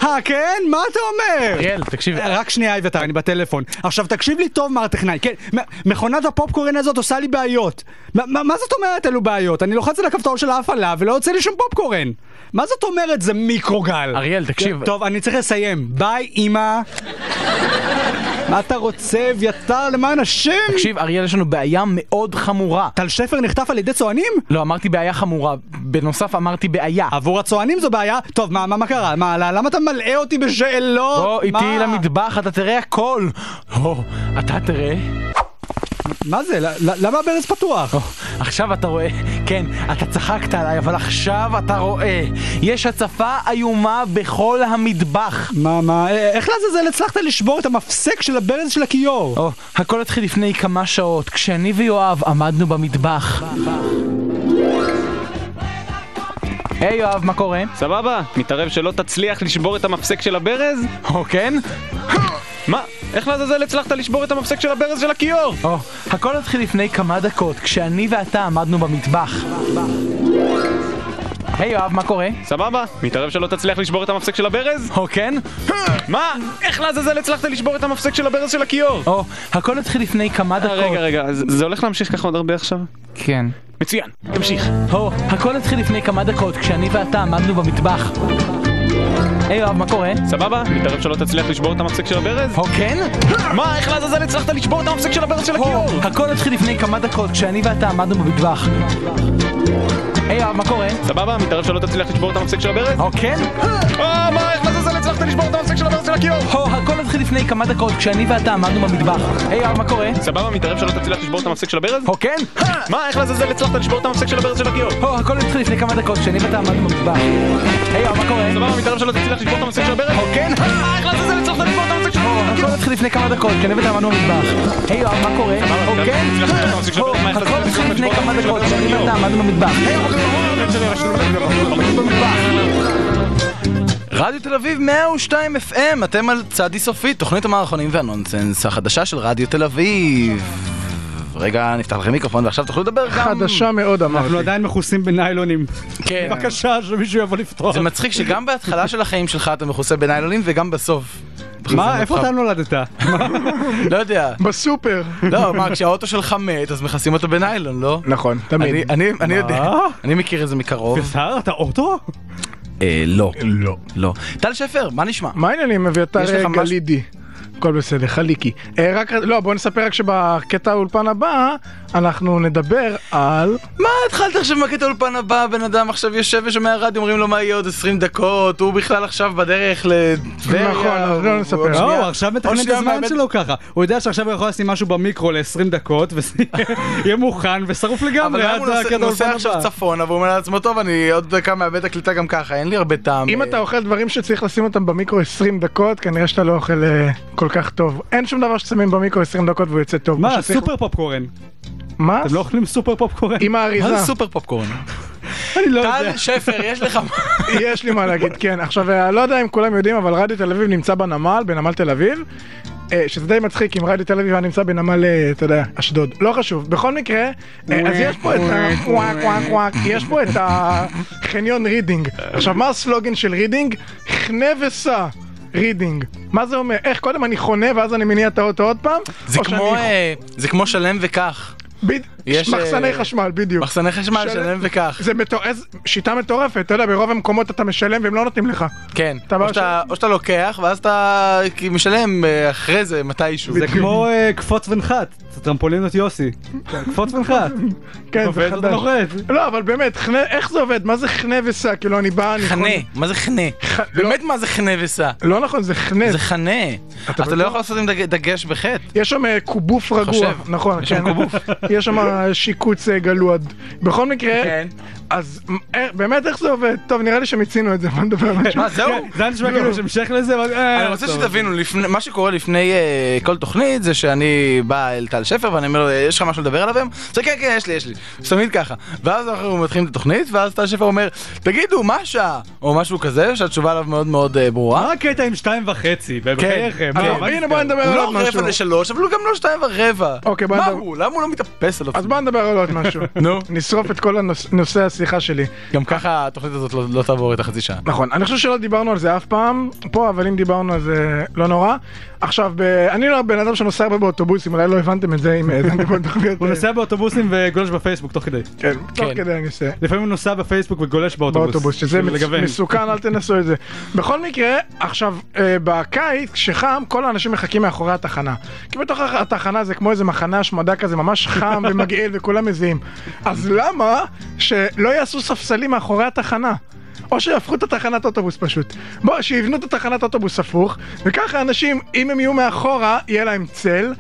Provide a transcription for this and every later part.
כן? מה אתה אומר? אריאל, תקשיב. רק שנייה, אביתר, אני בטלפון. עכשיו תקשיב לי טוב, מר טכנאי. כן, מכונת הפופקורן הזאת עושה לי בעיות. מה זאת אומרת אלו בעיות? אני לוחץ על הכפתור של ההפעלה ולא יוצא לי שום פופקורן. מה זאת אומרת זה מיקרוגל? אריאל, תקשיב. טוב, אני צריך לסיים. ביי, אמא. מה אתה רוצה, אביתר, למען השם? תקשיב, אריאל, יש לנו בעיה מאוד חמורה. טל שפר נחטף על ידי צוענים? לא, אמרתי בעיה חמורה. בנוסף אמרתי בעיה. עבור הצוענים זו בעיה? טוב, מה קרה? למה אתה מלאה אותי בשאלות? בוא איתי למטבח, אתה תראה הכל. אתה תראה. מה זה? למה הברז פתוח? עכשיו אתה רואה, כן, אתה צחקת עליי, אבל עכשיו אתה רואה, יש הצפה איומה בכל המטבח. מה? איך לעזאזל הצלחת לשבור את המפסק של הברז של הכיור? הכל התחיל לפני כמה שעות, כשאני ויואב עמדנו במטבח. היי יואב, מה קורה? סבבה, מתערב שלא תצליח לשבור את המפסק של הברז? כן? מה? איך לעזאזל הצלחת לשבור את המפסק של הברז של הכיור? הכל התחיל לפני כמה דקות, כשאני ואתה עמדנו במטבח. היי יואב, מה קורה? סבבה, מתערב שלא תצליח לשבור את המפסק של הברז? כן? מה? איך לעזאזל הצלחת לשבור את המפסק של הברז של הכיור? הכל התחיל לפני כמה דקות. רגע, זה הולך להמשיך ככה עוד הרבה עכשיו? כן. מצוין, תמשיך. הכל התחיל לפני כמה דקות, כשאני ואתה עמדנו במטבח. היי יואב, מה קורה? סבבה, מתערב שלא תצליח לשבור את המפסק של הברז? כן? מה? איך לעזאזל הצלחת לשבור את המפסק של הברז של הכיור? הכל התחיל לפני כמה דקות, כשאני ואתה עמדנו במטבח. היי יואב, מה קורה? סבבה, מתערב שלא תצליח לשבור את המפסק של הברז? כן? מה? איך לעזאזל הצלחת לשבור את המפסק של הברז של הכיור? הכל התחיל לפני כמה דקות, כשאני ואתה עמדנו במטבח. היי יואב, מה קורה? סבבה, מתערב שלא תצליח לשבור את המפסק של הברז? כן? מה? איך לעזאזל הצלחת לשבור את המפסק של הברז של הכיור? הכל התחיל לפני כמה דקות, כשאני ואתה עמדנו במטבח. היי יואב, מה קורה? סבבה, מתערב שלא תצליח לשבור את המפסק של הברז? כן? איך לעזאזל הצלחת לשבור את המפסק של הברז? הכל התחיל לפני כמה דקות, כשאני ואתה עמדנו במטבח. היי יואב, מה קורה? כן? הכל התחיל לפני כמה דקות, כשאני ואתה עמדנו במטבח. רדיו תל אביב 102 FM, אתם על צדי סופית, תוכנית המערכונים והנונסנס החדשה של רדיו תל אביב. רגע, נפתח לכם מיקרופון ועכשיו תוכלו לדבר גם. חדשה מאוד אמרתי. אנחנו עדיין מכוסים בניילונים. כן. בבקשה שמישהו יבוא לפתוח. זה מצחיק שגם בהתחלה של החיים שלך אתה מכוסה בניילונים וגם בסוף. מה? איפה אתה נולדת? לא יודע. בסופר. לא, מה, כשהאוטו שלך מת אז מכסים אותו בניילון, לא? נכון, תמיד. אני יודע. אני מכיר את זה מקרוב. בסדר, אתה אוטו? לא. טל שפר, מה נשמע? מה העניינים? אביתר גלידי. הכל בסדר, חליקי. בוא נספר רק שבקטע האולפן הבא אנחנו נדבר על... מה התחלת עכשיו בקטע האולפן הבא? בן אדם עכשיו יושב ושומע רדיו, אומרים לו מה יהיה עוד 20 דקות, הוא בכלל עכשיו בדרך לטבריה. נכון, אז לא נספר. לא, הוא עכשיו מתכנן את הזמן שלו ככה. הוא יודע שעכשיו הוא יכול לשים משהו במיקרו ל-20 דקות ויהיה מוכן ושרוף לגמרי. אבל הוא נוסע עכשיו צפונה והוא אומר לעצמו, טוב, אני עוד דקה מאבד הקליטה גם ככה, אין לי הרבה טעם. אם אתה אוכל דברים שצריך לשים אותם במיקרו 20 דקות, כנראה שאתה לא אוכל כל כך טוב. אין שום דבר ששמים במיקרו 20 דקות והוא יוצא טוב. מה? סופר פופקורן. מה? אתם לא אוכלים סופר פופקורן? עם האריזה. מה זה סופר פופקורן? אני לא יודע. טל שפר, יש לך מה? יש לי מה להגיד, כן. עכשיו, לא יודע אם כולם יודעים, אבל רדיו תל אביב נמצא בנמל, בנמל תל אביב, שזה די מצחיק אם רדיו תל אביב נמצא בנמל, אתה יודע, אשדוד. לא חשוב. בכל מקרה, אז יש פה את יש פה את החניון רידינג. עכשיו, מה הסלוגן של רידינג? חנה וסע. רידינג. מה זה אומר? איך קודם אני חונה ואז אני מניע את האוטו עוד פעם? זה כמו שלם וכך. מחסני חשמל, בדיוק. מחסני חשמל, שלם וכך. זה שיטה מטורפת, אתה יודע, ברוב המקומות אתה משלם והם לא נותנים לך. כן, או שאתה לוקח ואז אתה משלם אחרי זה מתישהו. זה כמו קפוץ ונחת, זה טרמפולינות יוסי. קפוץ ונחת. כן, זה חדש. לא, אבל באמת, איך זה עובד? מה זה חנה וסע? כאילו אני בא... חנה, מה זה חנה? באמת מה זה חנה וסע? לא נכון, זה חנה. זה חנה. אתה לא יכול לעשות עם דגש בחטא. יש שם קובוף רגוע. נכון, כן. יש שם שיקוץ גלועד. בכל מקרה, אז באמת איך זה עובד? טוב, נראה לי שמיצינו את זה, בוא נדבר על משהו. מה, זהו? זה נשמע כאילו שמשך לזה. אני רוצה שתבינו, מה שקורה לפני כל תוכנית זה שאני בא אל טל שפר ואני אומר לו, יש לך משהו לדבר עליו היום? זה כן, יש לי. תמיד ככה. ואז אנחנו מתחילים את התוכנית, ואז טל שפר אומר, תגידו, מה השעה? או משהו כזה, שהתשובה עליו מאוד מאוד ברורה. מה הקטע עם 2.5? בחייכם. הנה בוא נדבר על עוד משהו. הוא לא 3, אבל הוא גם לא 2.25. אוקיי, מה הוא? למה הוא לא מתאפס עליו? אז בוא נדבר על עוד משהו. נו. נשרוף את כל נושא השיחה שלי. גם ככה התוכנית הזאת לא תעבור את החצי שעה. נכון, אני חושב שלא דיברנו על זה אף פעם פה, אבל אם דיברנו על זה לא נורא. עכשיו, אני לא בן אדם שנוסע הרבה באוטובוסים, אולי לא הבנתם את זה אם האזנתם בתוכניות. הוא נוסע באוטובוסים וגולש בפייסבוק תוך כדי. כן, תוך כדי אני עושה. לפעמים הוא נוסע בפייסבוק וגולש באוטובוס. שזה מסוכן, אל תנסו את זה. בכל מקרה, עכשיו, בקיץ, כשחם, כל האנשים מחכים מאחורי התחנה. כי בתוך התחנה זה כמו איזה מחנה השמדה כזה, ממש חם ומגעיל וכולם מזיעים. אז למה שלא יעשו ספסלים מאחורי התחנה? או שיהפכו את התחנת אוטובוס פשוט. בוא, שיבנו את התחנת אוטובוס הפוך, וככה אנשים, אם הם יהיו מאחורה, יהיה להם צל,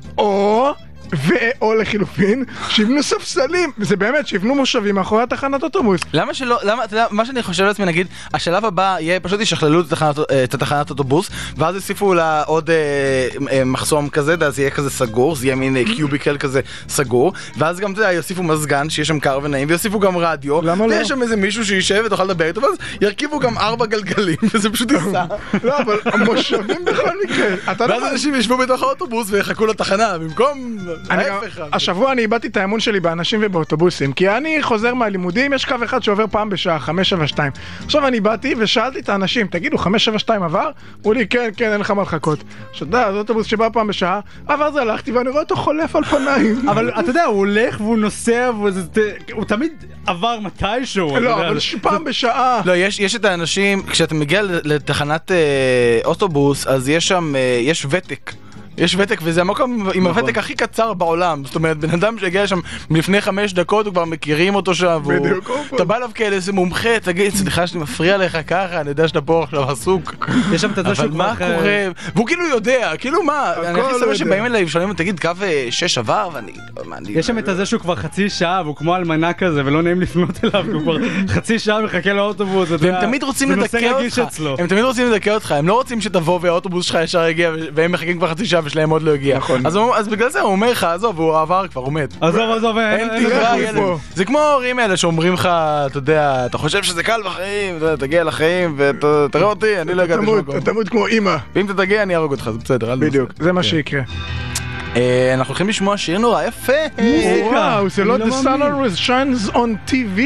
או לחילופין, שיבנו ספסלים, זה באמת, שיבנו מושבים מאחורי התחנת אוטובוס. למה שלא, אתה יודע, מה שאני חושב לעצמי, נגיד, השלב הבא יהיה פשוט ישכללו את התחנת אוטובוס, ואז יוסיפו לה עוד מחסום כזה, אז יהיה כזה סגור, זה יהיה מין קיוביקל כזה סגור, ואז גם יוסיפו מזגן, שיהיה שם קר ונעים, ויוסיפו גם רדיו, ויש שם איזה מישהו שישב ותוכל לדבר איתו, ואז ירכיבו גם 4 גלגלים, וזה פשוט ייסע. לא, אבל המושבים בכל מקרה. ואז אנשים ישבו בתוך האוטובוס ויחכו לתחנה, במקום... השבוע אני איבדתי את האמון שלי באנשים ובאוטובוסים, כי אני חוזר מהלימודים, יש קו אחד שעובר פעם בשעה, 572. עכשיו אני באתי ושאלתי את האנשים, תגידו, 572 עבר? הוא לי, כן, אין לך מה לחכות. עכשיו, זה אוטובוס שבא פעם בשעה, עבר זה הלכתי ואני רואה אותו חולף על פניים. אבל אתה יודע, הוא הולך והוא נוסע, הוא תמיד עבר מתישהו. לא, אבל פעם בשעה. לא, יש את האנשים, כשאתה מגיע לתחנת אוטובוס, אז יש ותק. יש ותק, וזה המקום עם הוותק הכי קצר בעולם. זאת אומרת, בן אדם שהגיע שם מלפני 5 דקות, הוא כבר מכירים אותו שם, אתה בא אליו כאלה, איזה מומחה, תגיד, סליחה שאני מפריע לך ככה, אני יודע שאתה פה עכשיו עסוק. יש שם את זה שהוא אבל מה קורה? והוא כאילו יודע, כאילו מה? אני הכי סבבה שבאים אליי ושואלים, תגיד, קו 6 עבר, ואני... יש שם את זה שהוא כבר חצי שעה, והוא כמו אלמנה כזה, ולא נעים לפנות אליו, הוא כבר חצי שעה מחכה לאוטובוס. והם תמיד רוצים לדכא אותך. הם תמיד רוצים לדכא אותך. הם לא רוצים שתבוא והאוטובוס שלך ישר יגיע, והם מחכים כבר חצי שעה ושלהם עוד לא הגיע. אז בגלל זה הוא אומר לך, עזוב, הוא עבר כבר, הוא מת. עזוב, אין תקרה, ילד. זה כמו ההורים האלה שאומרים לך, אתה יודע, אתה חושב שזה קל בחיים, תגיע לחיים, ותראה אותי, אני לא הגעתי לשום מקום. אתה תמות כמו אמא. ואם אתה תגיע, אני ארוג אותך, זה בסדר. בדיוק, זה מה שיקרה. אנחנו הולכים לשמוע שיר נורא יפה. וואו, זה לא The Sun Always Shines on TV?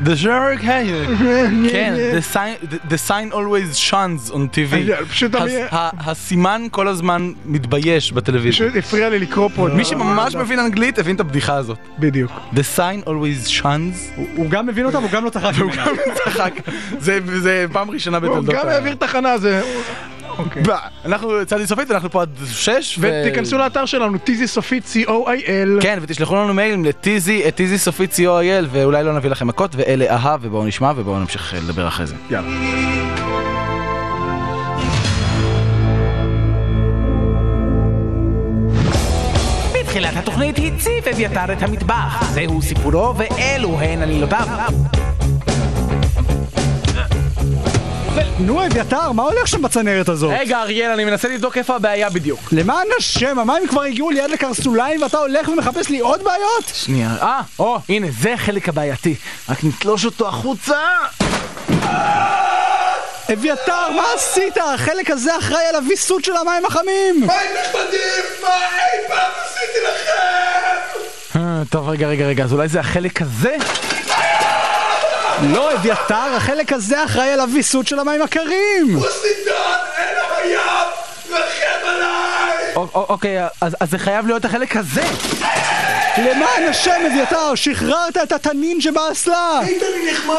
כן, The Sign Always Shines on TV. הסימן כל הזמן מתבייש בטלוויזיה. פשוט הפריע לי לקרוא פה. מי שממש מבין אנגלית הבין את הבדיחה הזאת. בדיוק. The Sign Always Shines. הוא גם מבין אותה והוא גם לא צחק. הוא גם לא צחק. זה פעם ראשונה בתולדות. הוא גם העביר תחנה, זה... אנחנו צדי סופית, אנחנו פה עד 6 ותיכנסו לאתר שלנו טיזי סופית co.il. כן, ותשלחו לנו מיילים לטיזי סופית co.il, ואולי לא נביא לכם מכות, ואלה אהב, ובואו נשמע ובואו נמשיך לדבר אחרי זה. יאללה. בתחילת התוכנית הציף אביתר את המטבח, זהו סיפורו ואלו הן עלילותיו. נו אביתר, מה הולך שם בצנרת הזאת? רגע אריאל, אני מנסה לבדוק איפה הבעיה בדיוק. למען השם, המים כבר הגיעו ליד לקרסוליים ואתה הולך ומחפש לי עוד בעיות? שנייה, הנה, זה החלק הבעייתי. רק נתלוש אותו החוצה. אביתר, מה עשית? החלק הזה אחראי על הוויסות של המים החמים. מים נכבדים, מה אי פעם עשיתי לכם? טוב, רגע, אז אולי זה החלק הזה? לא, אביתר, החלק הזה אחראי על הוויסות של המים הקרים. פוסידון, אין הים, רחם עליי. אוקיי, אז זה חייב להיות החלק הזה. למען השם אביתר, שחררת את התנין שבאסלה. היית לי נחמד,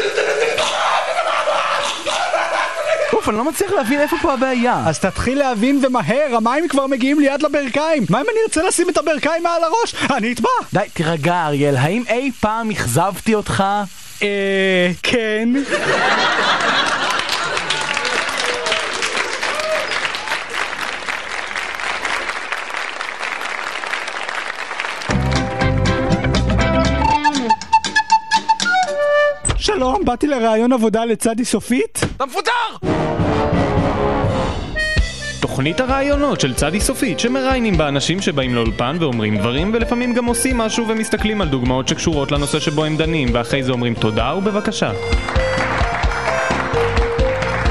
אוף, אני לא מצליח להבין איפה פה הבעיה. אז תתחיל להבין ומהר, המים כבר מגיעים ליד לברכיים. מה אם אני ארצה לשים את הברכיים מעל הראש? אני אטבע. די, תירגע אריאל, האם אי פעם אכזבתי אותך? כן. שלום, באתי לראיון עבודה לצדי סופית. אתה מפוטר! תוכנית הרעיונות של צדי סופית שמראיינים באנשים שבאים לאולפן ואומרים דברים ולפעמים גם עושים משהו ומסתכלים על דוגמאות שקשורות לנושא שבו הם דנים ואחרי זה אומרים תודה ובבקשה.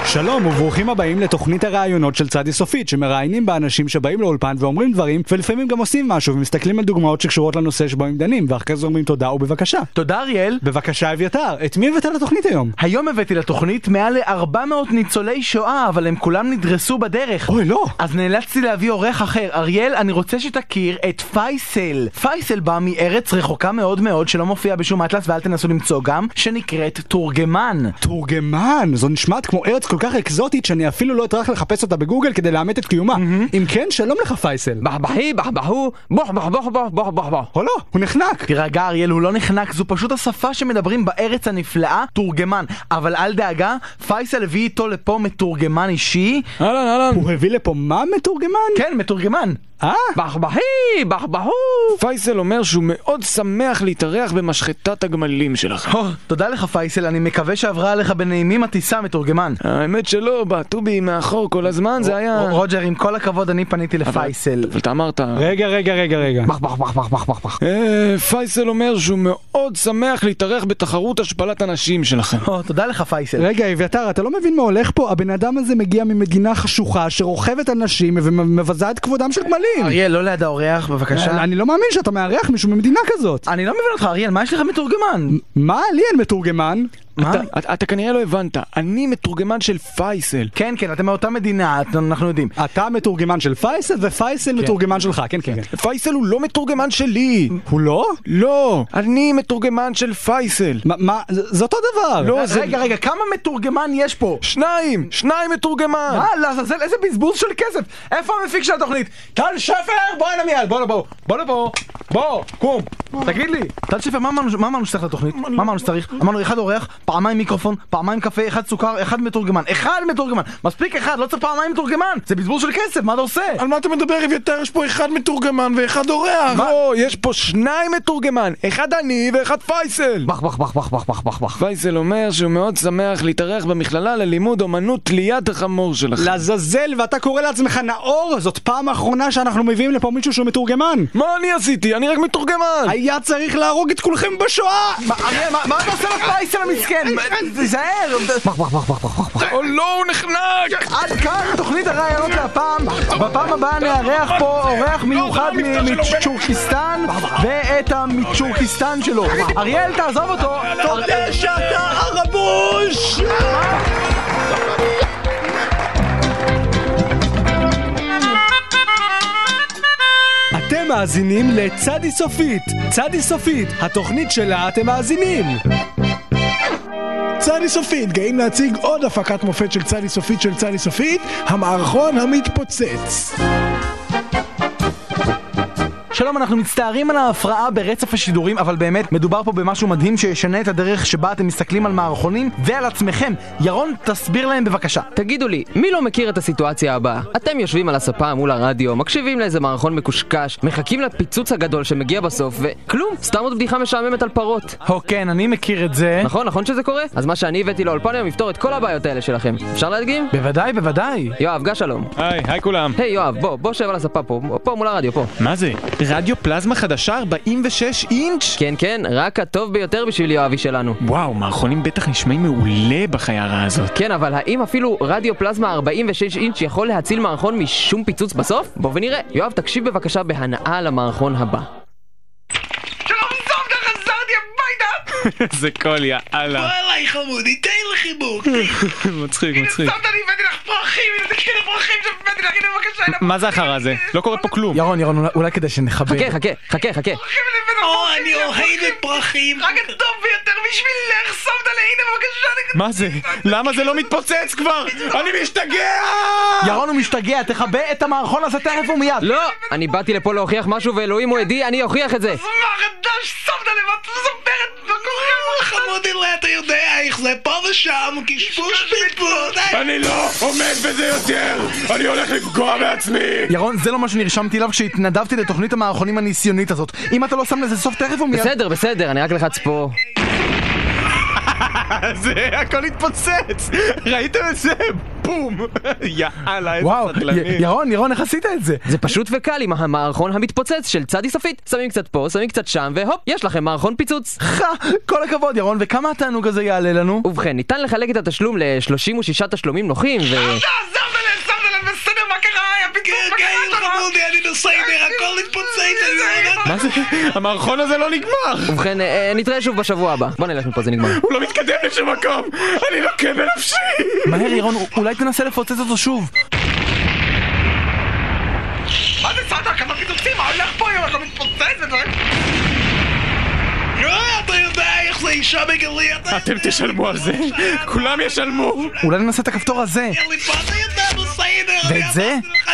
שלום וברוכים הבאים לתוכנית הראיונות של צדי סופית, שמראיינים באנשים שבאים לאולפן ואומרים דברים ולפעמים גם עושים משהו ומסתכלים על דוגמאות שקשורות לנושא שבו הם דנים, ואחרי זה אומרים תודה ובבקשה. תודה אריאל. בבקשה אביתר, את מי הבאת לתוכנית היום? היום הבאתי לתוכנית מעל ל-400 ניצולי שואה, אבל הם כולם נדרסו בדרך. אוי לא. אז נאלצתי להביא אורח אחר. אריאל, אני רוצה שתכיר את פייסל. פייסל בא מארץ רחוקה מאוד מאוד שלא מופיע בשום אטלס, ואל תנסו למצוא גם, שנקראת תורגמן. תורגמן? זו נשמעת כמו ארץ כל כך אקזוטית שאני אפילו לא אטרח לחפש אותה בגוגל כדי לאמת את קיומה. אם כן, שלום לך פייסל. בחבחי, בחבחו, בוח בוח בוח בוח בוח בוח בוח. או לא, הוא נחנק. תירגע אריאל, הוא לא נחנק, זו פשוט השפה שמדברים בארץ הנפלאה, תורגמן. אבל אל דאגה, פייסל הביא איתו לפה מתורגמן אישי. אהלן. הוא הביא לפה מה מתורגמן? כן, מתורגמן. בחבחי, בחבחו. פייסל אומר שהוא מאוד שמח להתארח במשחטת הגמלים שלכם. תודה לך פייסל, אני מקווה שעברה עליך בנעימים הטיסה מתורגמן. האמת שלא, בעטו בי מאחור כל הזמן, זה היה... רוג'ר, עם כל הכבוד אני פניתי לפייסל. אבל אתה אמרת... רגע. בח בח בח בח בח בח בח. פייסל אומר שהוא מאוד שמח להתארח בתחרות השפלת הנשים שלכם. תודה לך פייסל. רגע אביתר, אתה לא מבין מה הולך פה? הבן אדם הזה מגיע ממדינה חשוכה שרוכבת על נשים ומבזה את כבודם של גמלים. אריאל, לא ליד האורח, בבקשה. אני לא מאמין שאתה מארח מישהו ממדינה כזאת. אני לא מבין אותך, אריאל, מה יש לך מתורגמן? מה? לי אין מתורגמן. אתה כנראה לא הבנת, אני מתורגמן של פייסל. כן, אתם מאותה מדינה, אנחנו יודעים. אתה מתורגמן של פייסל ופייסל מתורגמן שלך, כן. פייסל הוא לא מתורגמן שלי. הוא לא? לא, אני מתורגמן של פייסל. מה? זה אותו דבר. לא, רגע, כמה מתורגמן יש פה? שניים מתורגמן. מה? לעזאזל, איזה בזבוז של כסף. איפה המפיק של התוכנית? טל שפר, בוא הנה מיד, בוא לפה. בוא, קום. תגיד לי, טל שפר, מה אמרנו שצריך לתוכנית? מה אמרנו שצריך? אמרנו אחד אורח, פעמיים מיקרופון, פעמיים קפה, אחד סוכר, אחד מתורגמן. מספיק אחד, לא צריך פעמיים מתורגמן. זה בזבוז של כסף, מה אתה עושה? על מה אתה מדבר אביתר? יש פה אחד מתורגמן ואחד אורח. לא, יש פה שניים מתורגמן, אחד אני ואחד פייסל. בח בח בח בח בח בח בח בח. פייסל אומר שהוא מאוד שמח להתארח במכללה ללימוד אומנות תליית החמור שלך. לעזאזל, ואתה קורא לעצמך נאור? זאת פעם האחרונה שאנחנו מביאים לפה מישהו שהוא מתורגמן. מה אני עשיתי? אני רק מתורגמן. היה צריך להרוג את כולכם בשואה. מה אתה עושה לפייסל המסכן? תיזהר. או לא, הוא נחנק. עד כאן תוכנית הראיונות להפעם. בפעם הבאה נארח פה אורח מיוחד מצ'ורקיסטן ואת המצ'ורקיסטן שלו. אריאל, תעזוב אותו. תודה שאתה הרבוש. אתם מאזינים לצדי סופית. צדי סופית, התוכנית שלה אתם מאזינים. צדי סופית, גאים להציג עוד הפקת מופת של צדי סופית של צדי סופית, המערכון המתפוצץ. שלום, אנחנו מצטערים על ההפרעה ברצף השידורים, אבל באמת מדובר פה במשהו מדהים שישנה את הדרך שבה אתם מסתכלים על מערכונים ועל עצמכם. ירון, תסביר להם בבקשה. תגידו לי, מי לא מכיר את הסיטואציה הבאה? אתם יושבים על הספה מול הרדיו, מקשיבים לאיזה מערכון מקושקש, מחכים לפיצוץ הגדול שמגיע בסוף, וכלום, סתם עוד בדיחה משעממת על פרות. כן, אני מכיר את זה. נכון שזה קורה? אז מה שאני הבאתי לאולפן היום יפתור את כל הבעיות האלה שלכם. אפשר להדגים? בוודאי. יואב, גש שלום. היי כולם. היי יואב, בוא שב על הספה פה מול הרדיו פה. מה זה? רדיו פלזמה חדשה 46 אינץ'? כן, רק הטוב ביותר בשביל יואבי שלנו. וואו, מערכונים בטח נשמעים מעולה בחיירה הזאת. כן, אבל האם אפילו רדיו פלזמה 46 אינץ' יכול להציל מערכון משום פיצוץ בסוף? בוא ונראה. יואב, תקשיב בבקשה בהנאה למערכון הבא. שלום, סוף חזרתי הביתה! זה קול יאללה. בוא אליי חמודי, תן לי חיבוק. מצחיק. סוף, אני הבאתי לך פרחים, הנה תקחי לי פרחים שהבאתי לך, הנה בבקשה. מה זה אחר הזה? לא קורה פה כלום. ירון, אולי כדי שנחבר. חכה. אני אוהבת פרחים. רק הטוב ביותר בשבילך, שמת לי, הנה בבקשה. מה זה? למה זה לא מתפוצץ כבר? אני משתגע! ירון, הוא משתגע, תכבה את המערכון הזה תכף ומיד. לא, אני באתי לפה להוכיח משהו ואלוהים הוא עדי, אני אוכיח את זה. אז מה חדש, שמת לי, ואת מספרת מה קורה? חמודי, אתה יודע איך זה פה ושם, קשקוש פטפוט. אני לא עומד בזה יותר! אני הולך לפגוע בעצמי! ירון, זה לא מה שנרשמתי אליו כשהתנדבתי לתוכנית המערכונים הניסיונית הזאת. אם אתה לא שם לזה סוף תכף ומיד... בסדר, אני רק לחץ פה. זה הכל התפוצץ! ראיתם את זה? בום! יאללה, איזה וואו, סטלני. ירון, איך עשית את זה? זה פשוט וקל עם המערכון המתפוצץ של צדי סופית. שמים קצת פה, שמים קצת שם, והופ, יש לכם מערכון פיצוץ. כל הכבוד ירון, וכמה התענוג הזה יעלה לנו? ובכן, ניתן לחלק את התשלום ל-36 תשלומים נוחים, שמתם לב, בסדר, מה קרה? היה פיצוץ, מה קרה? חמודי, אני בסדר, הכל התפוצץ. מה זה? המערכון הזה לא נגמר! ובכן, נתראה שוב בשבוע הבא. בוא נלך מפה, זה נגמר. הוא לא מתקדם לשום מקום! אני לוקה בנפשי! מהר ירון, אולי תנסה לפוצץ אותו שוב. מה זה סעדה? כמה פיצוצים? מה הולך פה היום? אתה מתפוצץ? אתה יודע איך זה אישה בגלי? אתם תשלמו על זה! כולם ישלמו! אולי ננסה את הכפתור הזה. אתה יודע בסדר. ואת זה? אתה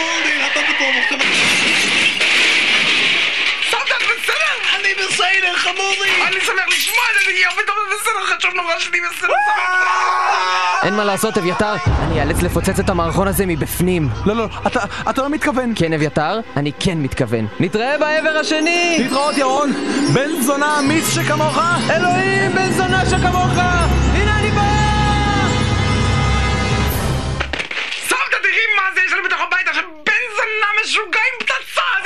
בסדר? אני בסדר, חמודי. אני שמח לשמוע את זה, יופי, אתה בסדר, חשוב נורא שאני בסדר. אין מה לעשות, אביתר, אני אאלץ לפוצץ את המערכון הזה מבפנים. לא, אתה לא מתכוון. כן, אביתר, אני כן מתכוון. נתראה בעבר השני! להתראות ירון, בן זונה אמיץ שכמוך. אלוהים, בן זונה שכמוך! הנה אני בא! סבתא, תראי מה זה, יש לנו בתוך הבית עכשיו בן זונה משוגע עם פצצה, זה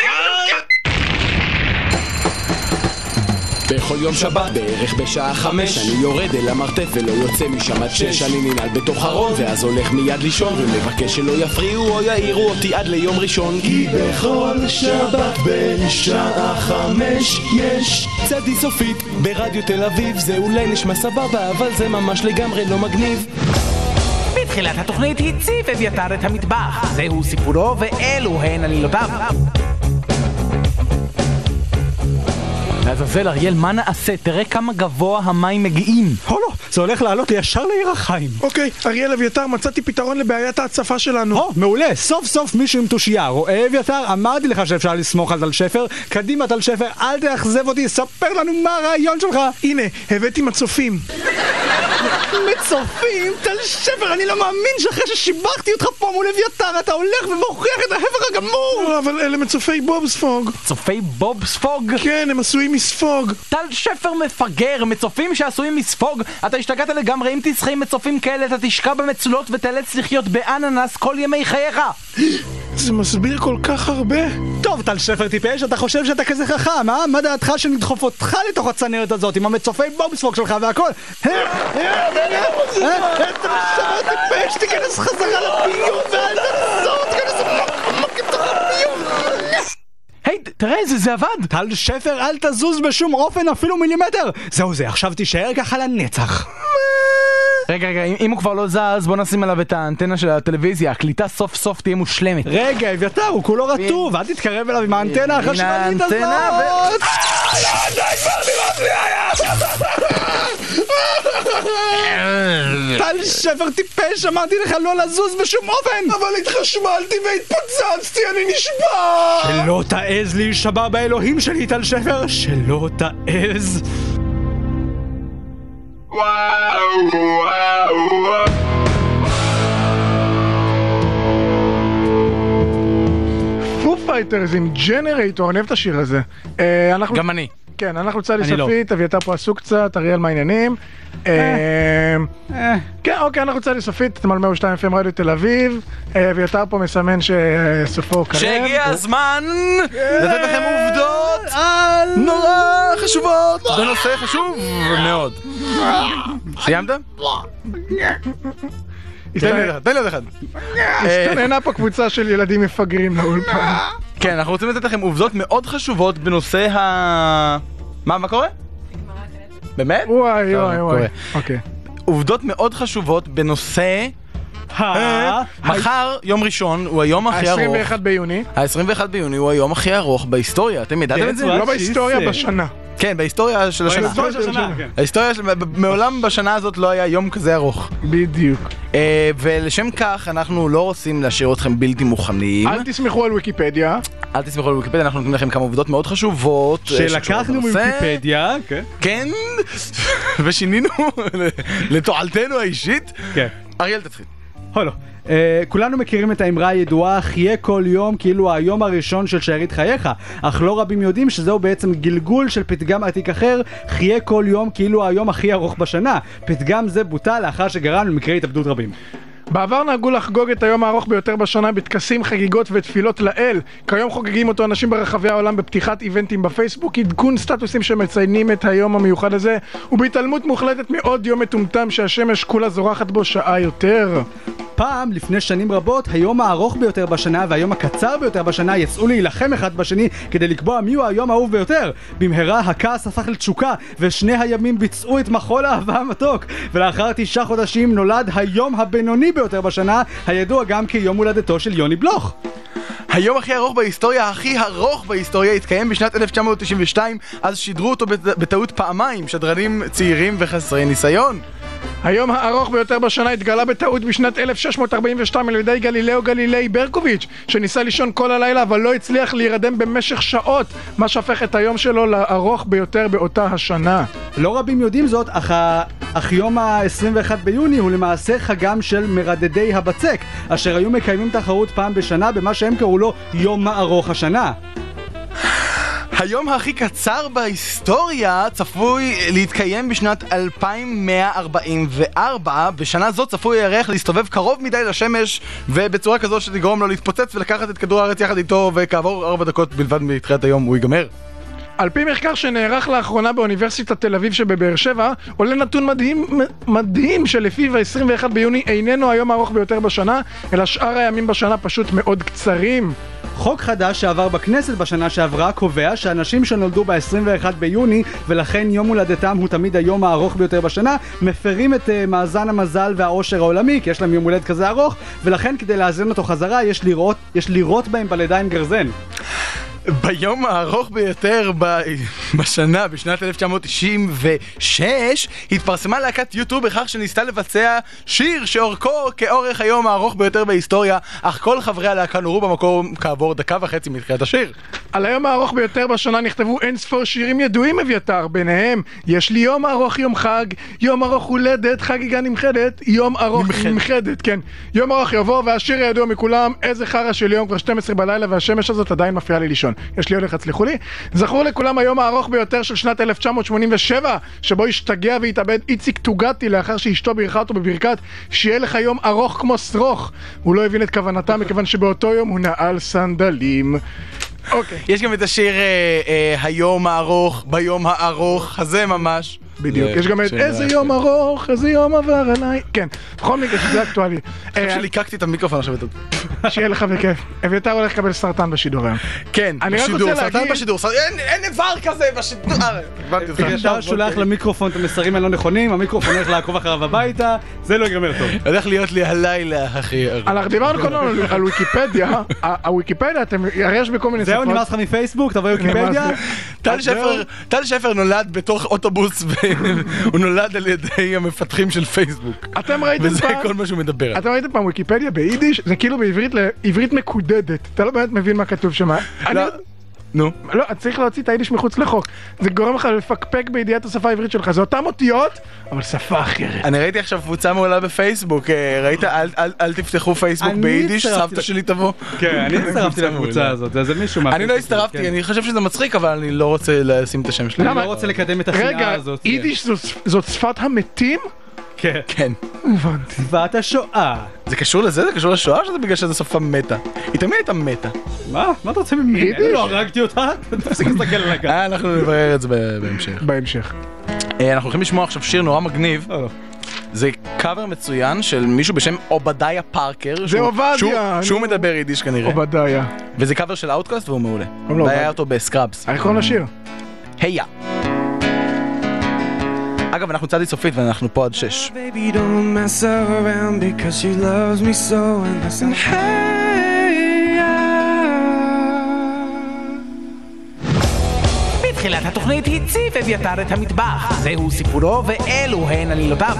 בכל יום שבת בערך בשעה 5 אני יורד אל המרתף ולא יוצא משם עד 6. אני ננעל בתוך ארון ואז הולך מיד לישון ומבקש שלא יפריעו או יעירו אותי עד ליום ראשון, כי בכל שבת בשעה 5 יש צדי סופית ברדיו תל אביב. זה אולי נשמע סבבה אבל זה ממש לגמרי לא מגניב. בתחילת התוכנית הציב אביתר את המטבח. זהו סיפורו ואלו הן עלילותיו. לעזאזל אריאל, מה נעשה? תראה כמה גבוה המים מגיעים. לא, זה הולך לעלות ישר לעיר החיים. אוקיי, אריאל אביתר, מצאתי פתרון לבעיית ההצפה שלנו. מעולה, סוף סוף מישהו עם תושייה. רואה אביתר, אמרתי לך שאפשר לסמוך על טל שפר. קדימה טל שפר, אל תאכזב אותי, ספר לנו מה הרעיון שלך. הנה, הבאתי מצופים. מצופים? טל שפר, אני לא מאמין שאחרי ששיבחתי אותך פה מול אביתר אתה הולך ומוכיח את ההפך הגמור. לא, אבל אלה מצופי בובספוג. צופי בובספוג? כן, הם עשויים מספוג. טל שפר מפגר, מצופים שעשויים מספוג. אתה השתגעת לגמרי, אם תשחה עם מצופים כאלה אתה תשקע במצולות ותאלץ לחיות באננס כל ימי חייך. זה מסביר כל כך הרבה. טוב, טל שפר טיפש, אתה חושב שאתה כזה חכם, אה? מה דעתך שנדחוף אותך לתוך הצנרת הזאת עם המצופי בובספוג שלך והכל? טל שפר טיפש, תיכנס חזרה לביוב ואל תחזור, תיכנס לתוך הביוב. היי, תראה, זה עבד. טל שפר, אל תזוז בשום אופן אפילו מילימטר. זהו זה, עכשיו תישאר ככה לנצח. רגע, אם הוא כבר לא זז, בוא נשים עליו את האנטנה של הטלוויזיה. הקליטה סוף סוף תהיה מושלמת. רגע, אביתר, הוא כולו רטוב, אל תתקרב אליו עם האנטנה החשמלית הזאת. טל שפר טיפש, אמרתי לך לא לזוז בשום אופן. אבל התחשמלתי והתפוצצתי, אני נשבע. שלא תעז להישבע באלוהים שלי, טל שפר, שלא תעז. פו פייטרס עם ג'נרייטור, אני אוהב את השיר הזה. גם אני. כן, אנחנו צדי סופית, אביתר פה עשו קצת, אריאל מה העניינים? כן, אוקיי, אנחנו צדי סופית, אתם על 102 FM רדיו תל אביב, אביתר פה מסמן שסופו קרב. שהגיע הזמן לתת לכם עובדות נורא חשובות בנושא חשוב מאוד. סיימת? תן לי עוד אחד. הסתננה פה קבוצה של ילדים מפגרים לאולפן. כן, אנחנו רוצים לתת לכם עובדות מאוד חשובות בנושא מה קורה? באמת? וואי. אוקיי. עובדות מאוד חשובות בנושא מחר, יום ראשון, הוא היום הכי ארוך. ה-21 ביוני. ה-21 ביוני הוא היום הכי ארוך בהיסטוריה. אתם ידעתם את זה? לא בהיסטוריה, בשנה. כן, בהיסטוריה של השנה. ההיסטוריה מעולם בשנה הזאת לא היה יום כזה ארוך. בדיוק. ולשם כך אנחנו לא רוצים להשאיר אתכם בלתי מוכנים. אל תסמכו על ויקיפדיה. אל תסמכו על ויקיפדיה, אנחנו נותנים לכם כמה עובדות מאוד חשובות שלקחנו מוויקיפדיה, כן, ושינינו לתועלתנו האישית. כן. אריאל תתחיל. לא. כולנו מכירים את האמרה הידועה, חיה כל יום כאילו היום הראשון של שארית חייך, אך לא רבים יודעים שזהו בעצם גלגול של פתגם עתיק אחר, חיה כל יום כאילו היום הכי ארוך בשנה. פתגם זה בוטל לאחר שגרם למקרי התאבדות רבים. בעבר נהגו לחגוג את היום הארוך ביותר בשנה בטקסים, חגיגות ותפילות לאל. כיום חוגגים אותו אנשים ברחבי העולם בפתיחת איבנטים בפייסבוק, עדכון סטטוסים שמציינים את היום המיוחד הזה, ובהתעלמות מוחלטת מעוד יום מטומטם שהשמש כולה זורחת בו שעה יותר. פעם, לפני שנים רבות, היום הארוך ביותר בשנה והיום הקצר ביותר בשנה יצאו להילחם אחד בשני כדי לקבוע מי הוא היום האהוב ביותר. במהרה הכעס הפך לתשוקה ושני הימים ביצעו את מחול האהבה המתוק, ולאחר 9 חודשים נולד היום הבינוני ביותר בשנה, הידוע גם כיום הולדתו של יוני בלוך. היום הכי ארוך בהיסטוריה, הכי ארוך בהיסטוריה, התקיים בשנת 1992, אז שידרו אותו בטעות פעמיים, שדרנים צעירים וחסרי ניסיון. היום הארוך ביותר בשנה התגלה בטעות בשנת 1642 על ידי גלילאו גלילי ברקוביץ', שניסה לישון כל הלילה אבל לא הצליח להירדם במשך שעות, מה שהפך את היום שלו לארוך ביותר באותה השנה. לא רבים יודעים זאת, אך יום ה-21 ביוני הוא למעשה חגם של מרדדי הבצק, אשר היו מקיימים תחרות פעם בשנה במה שהם קראו לו יום הארוך השנה. היום הכי קצר בהיסטוריה צפוי להתקיים בשנת 2144. בשנה זו צפוי הירח להסתובב קרוב מדי לשמש ובצורה כזו שתגרום לו להתפוצץ ולקחת את כדור הארץ יחד איתו, וכעבור 4 דקות בלבד מתחילת היום הוא ייגמר. על פי מחקר שנערך לאחרונה באוניברסיטת תל אביב שבבאר שבע, עולה נתון מדהים שלפיו ה-21 ביוני איננו היום הארוך ביותר בשנה, אלא שאר הימים בשנה פשוט מאוד קצרים. חוק חדש שעבר בכנסת בשנה שעברה קובע שאנשים שנולדו ב-21 ביוני ולכן יום הולדתם הוא תמיד היום הארוך ביותר בשנה, מפרים את מאזן המזל והאושר העולמי, כי יש להם יום הולד כזה ארוך, ולכן כדי לאזן אותו חזרה יש לירות בהם בלידה עם גרזן. ביום הארוך ביותר בשנה, בשנת 1996, התפרסמה להקת יוטיוב בכך שניסתה לבצע שיר שאורכו כאורך היום הארוך ביותר בהיסטוריה, אך כל חברי הלהקה נורו במקום כעבור 1.5 דקות מתחילת השיר. על היום הארוך ביותר בשנה נכתבו אין ספור שירים ידועים אביתר, ביניהם יש לי יום ארוך יום חג, יום ארוך הולדת, חגיגה נמחדת, יום ארוך נמחדת, כן. יום ארוך יבוא, והשיר הידוע מכולם, איזה חרא של יום, כבר 12 בלילה והשמש הזאת עדיין מפריעה לי לישון. יש לי הולך, הצליחו לי. זכור לכולם היום הארוך ביותר של שנת 1987, שבו השתגע והתאבד איציק טוגטי לאחר שאשתו בירכה אותו בברכת שיהיה לך יום ארוך כמו שרוך. הוא לא הבין את כוונתה מכיוון שבאותו יום הוא נעל סנדלים. אוקיי. יש גם את השיר היום הארוך, ביום הארוך, הזה ממש. בדיוק, יש גם את איזה יום ארוך, איזה יום עבר עליי. כן, בכל מקרה שזה אקטואלי. אני חושב שליקקתי את המיקרופון עכשיו. שיהיה לך בכיף. אביתר הולך לקבל סרטן בשידור היום. כן, בשידור, סרטן בשידור. אין דבר כזה בשידור. אביתר שולח למיקרופון את המסרים הלא נכונים, המיקרופון הולך לעקוב אחריו הביתה, זה לא ייגמר טוב. הולך להיות לי הלילה, אחי. אנחנו דיברנו קודם על ויקיפדיה. הוויקיפדיה, הרי יש בכל מיני זהו, נמאס לך מפייסבוק, תבוא ויקיפדיה. טל שפר נולד בתוך אוטובוס הוא נולד על ידי המפתחים של פייסבוק. וזה כל מה שהוא מדבר. אתם ראיתם פעם ויקיפדיה ביידיש? זה כאילו בעברית מקודדת. אתה לא באמת מבין מה כתוב שם. נו. לא, צריך להוציא את היידיש מחוץ לחוק. זה גורם לך לפקפק בידיעת השפה העברית שלך. זה אותם אותיות, אבל שפה אחרת. אני ראיתי עכשיו קבוצה מעולה בפייסבוק. ראית? אל תפתחו פייסבוק ביידיש, סבתא שלי תבוא. כן, אני הצטרפתי לקבוצה הזאת. זה מישהו מה... אני לא הצטרפתי, אני חושב שזה מצחיק, אבל אני לא רוצה לשים את השם שלי. אני לא רוצה לקדם את השנאה הזאת. רגע, יידיש זאת שפת המתים? כן. כן. הבנתי. שפת השואה. זה קשור לזה? זה קשור לשואה או שזה בגלל שזו שפה מתה? היא תמיד הייתה מתה. מה? מה אתה רוצה ממני? אני לא הרגתי אותה? תפסיק להסתכל על הגב. אנחנו נברר את זה בהמשך. אנחנו הולכים לשמוע עכשיו שיר נורא מגניב. זה קאבר מצוין של מישהו בשם עובדיה פארקר. זה עובדיה! שהוא מדבר יידיש כנראה. עובדיה. וזה קאבר של אאוטקאסט והוא מעולה. והיה אותו בסקראבס. איך קוראים לשיר? היה. אגב, אנחנו צדי סופית ואנחנו פה עד 6. בתחילת התוכנית הציף אביתר את המטבח. זהו סיפורו ואלו הן עלילותיו.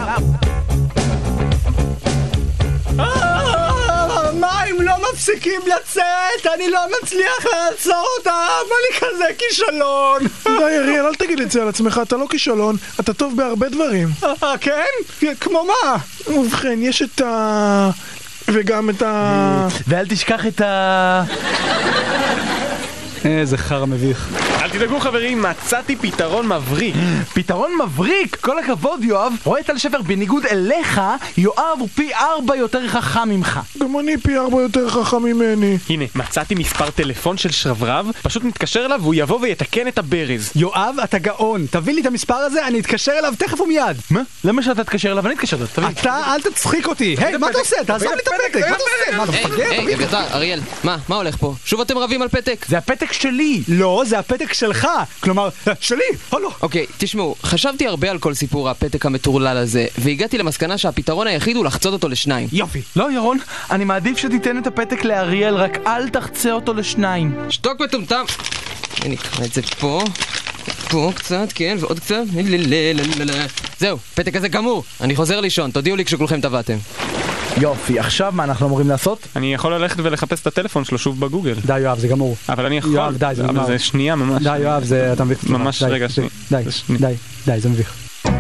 המים לא מפסיקים לצאת, אני לא מצליח לעצור אותם, אני כזה כישלון. די אריאל, אל תגיד את זה על עצמך, אתה לא כישלון, אתה טוב בהרבה דברים. כן? כמו מה? ובכן, יש את ה... וגם את ה... ואל תשכח את ה... איזה חרא מביך. אל תדאגו חברים, מצאתי פתרון מבריק. פתרון מבריק! כל הכבוד יואב. רואה טל שפר, בניגוד אליך, יואב הוא פי 4 יותר חכם ממך. גם אני פי 4 יותר חכם ממני. הנה, מצאתי מספר טלפון של שרברב, פשוט נתקשר אליו והוא יבוא ויתקן את הברז. יואב, אתה גאון. תביא לי את המספר הזה, אני אתקשר אליו תכף ומיד. מה? למה שאתה תתקשר אליו? אני אתקשר אליו, תביא. אתה, אל תצחיק אותי. היי, מה אתה עושה? תעזוב לי את הפתק. מה אתה עושה? מה, אתה מפגר? היי, אביתר, אריאל, מה הולך פה? שוב אתם רבים על פתק? זה הפתק שלי! לא, זה הפתק שלך. כלומר, שלי, או לא. אוקיי, תשמעו, חשבתי הרבה על כל סיפור הפתק המטורלל הזה, והגעתי למסקנה שהפתרון היחיד הוא לחצות אותו לשניים. יופי. לא ירון, אני מעדיף שתיתן את הפתק לאריאל, רק אל תחצה אותו לשניים. שתוק מטומטם! אני אקרא את זה פה קצת, כן, ועוד קצת. זהו, פתק הזה גמור. אני חוזר לישון, תודיעו לי כשכולכם טבעתם. יופי, עכשיו מה אנחנו אמורים לעשות? אני יכול ללכת ולחפש את הטלפון שלו שוב בגוגל. די יואב, זה גמור. אבל אני יכול. יואב, די, זה אבל נגמר. זה שנייה ממש. די יואב, זה אתה מביך. ממש די, רגע, די, זה מביך.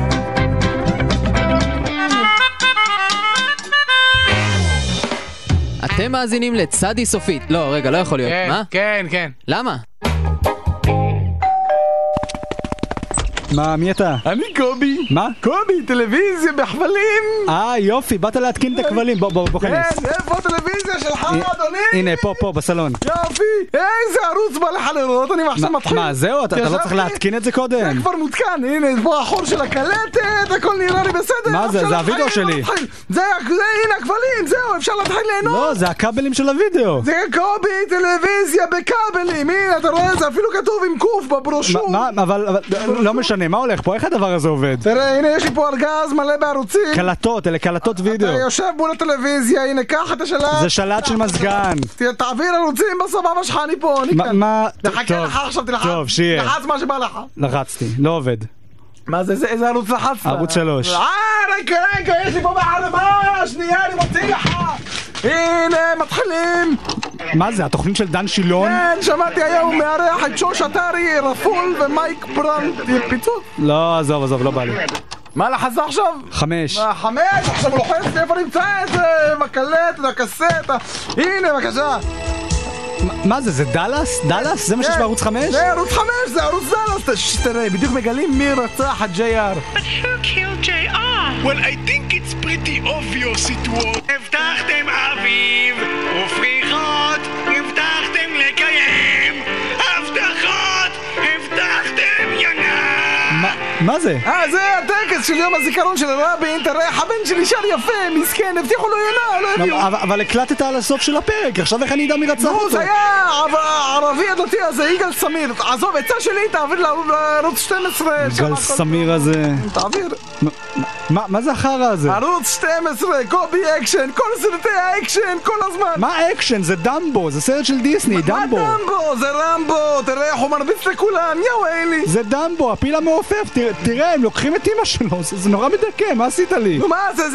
אתם מאזינים לצדי סופית. לא, רגע, לא יכול להיות. מה? כן. למה? מה, מי אתה? אני קובי. מה? קובי, טלוויזיה בכבלים. יופי, באת להתקין את הכבלים. בוא כנס. כן, איפה הטלוויזיה שלך, אדוני? הנה, פה, בסלון. יופי, איזה ערוץ בא לך לראות, אני עכשיו מתחיל. מה, זהו? אתה לא צריך להתקין את זה קודם? זה כבר מותקן, הנה, פה החור של הקלטת, הכל נראה לי בסדר. מה זה? זה הוידאו שלי. זה, הנה הכבלים, זהו, אפשר להתחיל ליהנות. לא, זה הכבלים של הוידאו. זה קובי, טלוויזיה בכבלים, הנה, אתה רואה, זה אפילו כתוב עם קוף בברושור. אבל לא משנה, מה הולך פה? איך הדבר הזה עובד? תראה, הנה, יש לי פה ארגז מלא בערוצים. קלטות, אלה קלטות וידאו. אתה יושב מול הטלוויזיה, הנה, קח את השלט. זה שלט של מזגן. תעביר ערוצים בסבבה שלך, אני פה, אני כאן. מה? תחכה לך עכשיו, תלחץ. טוב, שיהיה. תלחץ מה שבא לך. לחצתי, לא עובד. מה זה, איזה ערוץ לחצת? ערוץ 3. רגע, יש לי פה בערמה, שנייה, אני מוציא לך. הנה, מתחילים. מה זה, התוכנית של דן שילון? כן, שמעתי היום מארח את שוש אתרי, רפול ומייק ברנט. פיצוץ? לא, עזוב, לא בא לי. מה לחצת עכשיו? 5. 5, עכשיו הוא לוחץ לי איפה נמצא את זה, מקלט, הקסטה. הנה, בבקשה. מה זה, זה דלס? דלס? זה מה שיש בערוץ 5? זה ערוץ 5, זה ערוץ דלס. תראה, בדיוק מגלים מי רצח את JR. But who killed JR? Well, I think it's pretty obvious it was. הבטחתם אביב ופריחות, הבטחתם לקיים הבטחות, הבטחתם יונה. מה זה? זה הטקס של יום הזיכרון של רבין. תראה, הבן שלי שר יפה, מסכן, הבטיחו לו יונה, לא הביאו. אבל הקלטת על הסוף של הפרק, עכשיו איך אני אדע מי רצח אותו? זה היה הערבי הדתי הזה, יגאל סמיר. עזוב, עצה שלי, תעביר לערוץ 12. יגאל סמיר הזה. תעביר. מה זה החרא הזה? ערוץ 12, קובי אקשן, כל סרטי האקשן, כל הזמן. מה אקשן? זה דמבו, זה סרט של דיסני, דמבו. מה דמבו? זה רמבו, תראה איך הוא מרביץ לכולם, יאו אלי. זה דמבו, הפיל המעופף, תראה, הם לוקחים את אמא שלו, זה נורא מדכא, מה עשית לי? נו מה זה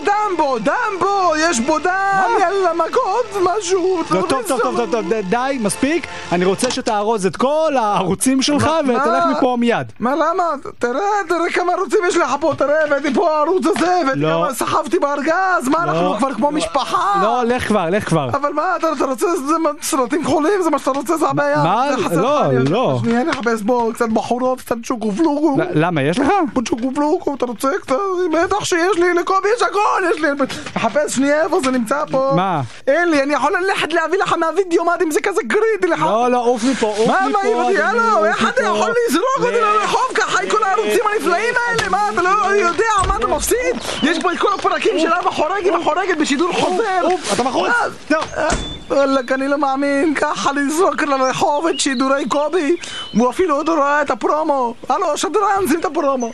דמבו, יש בו דם, יאללה מכות, משהו. טוב, די, מספיק, אני רוצה שתארוז את כל הערוצים שלך ותלך מפה מיד. מה, למה? תראה כמה ערוצים יש לך פה, תראה, הבאתי פה הערוץ הזה, וכמה סחבתי בארגז, מה אנחנו כבר כמו משפחה? לא, לך כבר. אבל מה, אתה רוצה סרטים כחולים? זה מה שאתה רוצה, זה הבעיה. מה? לא. שנייה, נחפש בו קצת בחורות, קצת שוקופלוגו. למה, יש לך? שוקופלוגו, אתה רוצה קצת? בטח שיש לי, לקובי יש הכל, יש לי. מחפש שנייה איפה זה נמצא פה. מה? אין לי, אני יכול ללכת להביא לך מהווידאו, מה אם זה כזה גרידי לך? לא, עוף מפה. מה, יאללה, איך אתה יכול לזרוק אותי לרחוב ככה עם כל הערוצים הנפלאים האלה? מה, אתה לא יודע מה אתה מפסיד? יש פה את כל הפרקים של אבא חורגת בשידור חוזר. אתה מחוץ. וואלק, אני לא מאמין, ככה לזרוק לרחוב את שידורי קובי. הוא אפילו עוד רואה את הפרומו. הלו, שדרן, שים את הפרומו.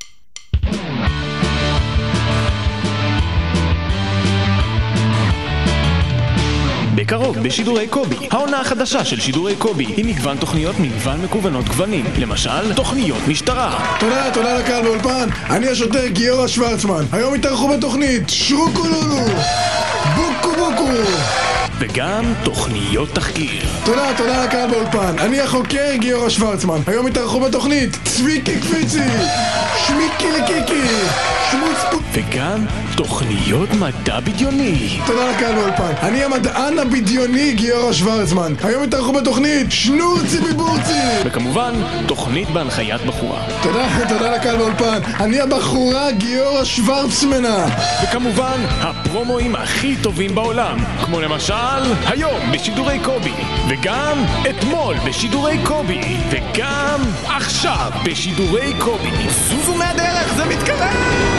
בקרוב בשידורי קובי, העונה החדשה של שידורי קובי עם מגוון תוכניות מגוון מקוונות גוונים, למשל תוכניות משטרה. תודה לקהל באולפן, אני השוטר גיורא שוורצמן. היום התארחו בתוכנית שרוקולולו, בוקו וגם תוכניות תחקיר. תודה לקהל באולפן, אני החוקר גיורא שוורצמן. היום התארחו בתוכנית צביקי קפיצי, שמיקי לקיקי, שמוץ ספוט... וגם תוכניות מדע בדיוני. תודה לקהל באולפן. אני המדען הבדיוני גיורא שוורצמן. היום התארחו בתוכנית שנורצי ביבורצי. וכמובן, תוכנית בהנחיית בחורה. תודה לקהל באולפן. אני הבחורה גיורא שוורצמנה. וכמובן, הפרומואים הכי טובים בעולם. כמו למשל, היום בשידורי קובי. וגם אתמול בשידורי קובי. וגם עכשיו בשידורי קובי. זוזו מהדרך, זה מתקרב!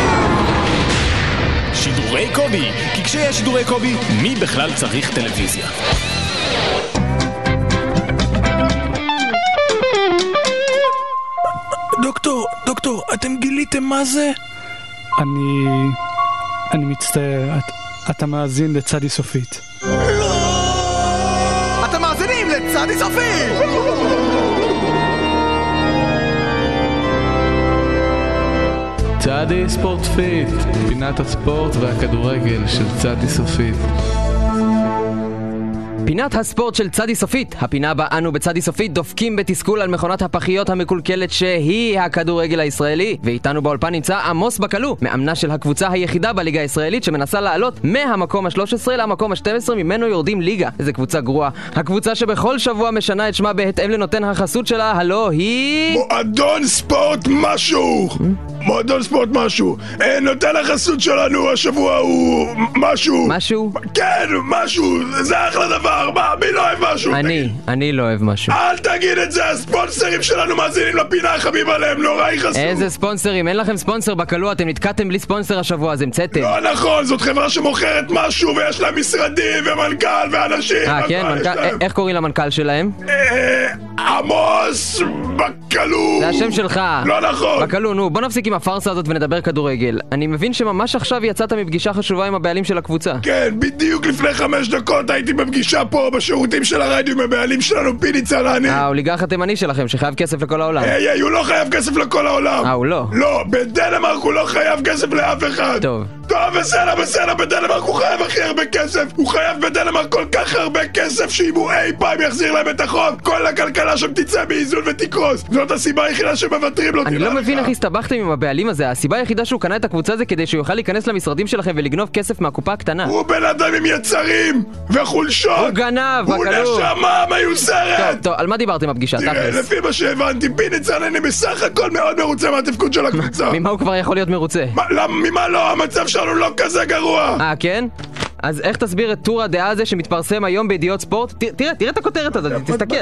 שידורי קובי, כי כשיש שידורי קובי, מי בכלל צריך טלוויזיה? דוקטור, אתם גיליתם מה זה? אני מצטער, אתה מאזין לצדי סופית. אתם מאזינים לצדי סופית! צדי ספורט פיט, פינת הספורט והכדורגל של צדי סופית. פינת הספורט של צדי סופית, הפינה בה אנו בצדי סופית דופקים בתסכול על מכונת הפחיות המקולקלת שהיא הכדורגל הישראלי. ואיתנו באולפן נמצא עמוס בקלו, מאמנה של הקבוצה היחידה בליגה הישראלית שמנסה לעלות מהמקום ה-13 למקום ה-12 ממנו יורדים ליגה. איזה קבוצה גרועה. הקבוצה שבכל שבוע משנה את שמה בהתאם לנותן החסות שלה, הלא היא... מועדון ספורט משהו! מועדון ספורט משהו. נותן החסות שלנו השבוע הוא משהו. משהו? כן, משהו. זה אחלה דבר. מה? מי לא אוהב משהו? אני לא אוהב משהו. אל תגיד את זה. הספונסרים שלנו מאזינים לפינה, חביב עליהם. נורא יחסו. איזה ספונסרים? אין לכם ספונסר בקלו. אתם נתקעתם בלי ספונסר השבוע, אז המצאתם. לא נכון. זאת חברה שמוכרת משהו ויש להם משרדים ומנכ"ל ואנשים. כן, מנכ"ל. איך קוראים למנכ"ל שלהם? עמוס בקלו. זה השם שלך. לא נכון. בקלו, נו, בוא נפסיק עם הפרסה הזאת ונדבר כדורגל. אני מבין שממש עכשיו יצאת מפגישה חשובה עם הבעלים של הקבוצה. כן, בדיוק לפני 5 דקות הייתי בפגישה פה בשירותים של הרדיו עם הבעלים שלנו, פיני צלני. האוליגרך התימני שלכם שחייב כסף לכל העולם. הוא לא חייב כסף לכל העולם. הוא לא? לא, בדנמרק הוא לא חייב כסף לאף אחד. טוב, בסדר, בדנמרק הוא חייב הכי הרבה כסף. הוא חייב בדנמרק כל כך הרבה כסף שאם הוא אי פעם יחזיר להם את החוב, כל הכלכלה שם תצא באיזון ותקרוס. זאת הסיבה היחידה שמוותרים לו. אני לא מבין איך הסתבכתם עם הבעלים הזה. הסיבה היחידה שהוא קנה את הקבוצה זה כדי שהוא יוכל להיכנס למשרדים שלכם ולגנוב כסף מהקופה הקטנה. הוא בן אדם עם יצרים וחולשות. הוא גנב, הוא נשמה מיוסרת. טוב, על מה דיברתם בפגישה? תראה, לפי מה שהבנתי, פיני צלני בסך הכל מאוד מרוצה מהתפקוד של הקבוצה. ממה הוא כבר יכול להיות מרוצה? ממה לא? המצב שלנו לא כזה גרוע. כן? אז איך תסביר את טור הדעה הזה שמתפרסם היום בידיעות ספורט? תראה את הכותרת הזאת, תסתכל.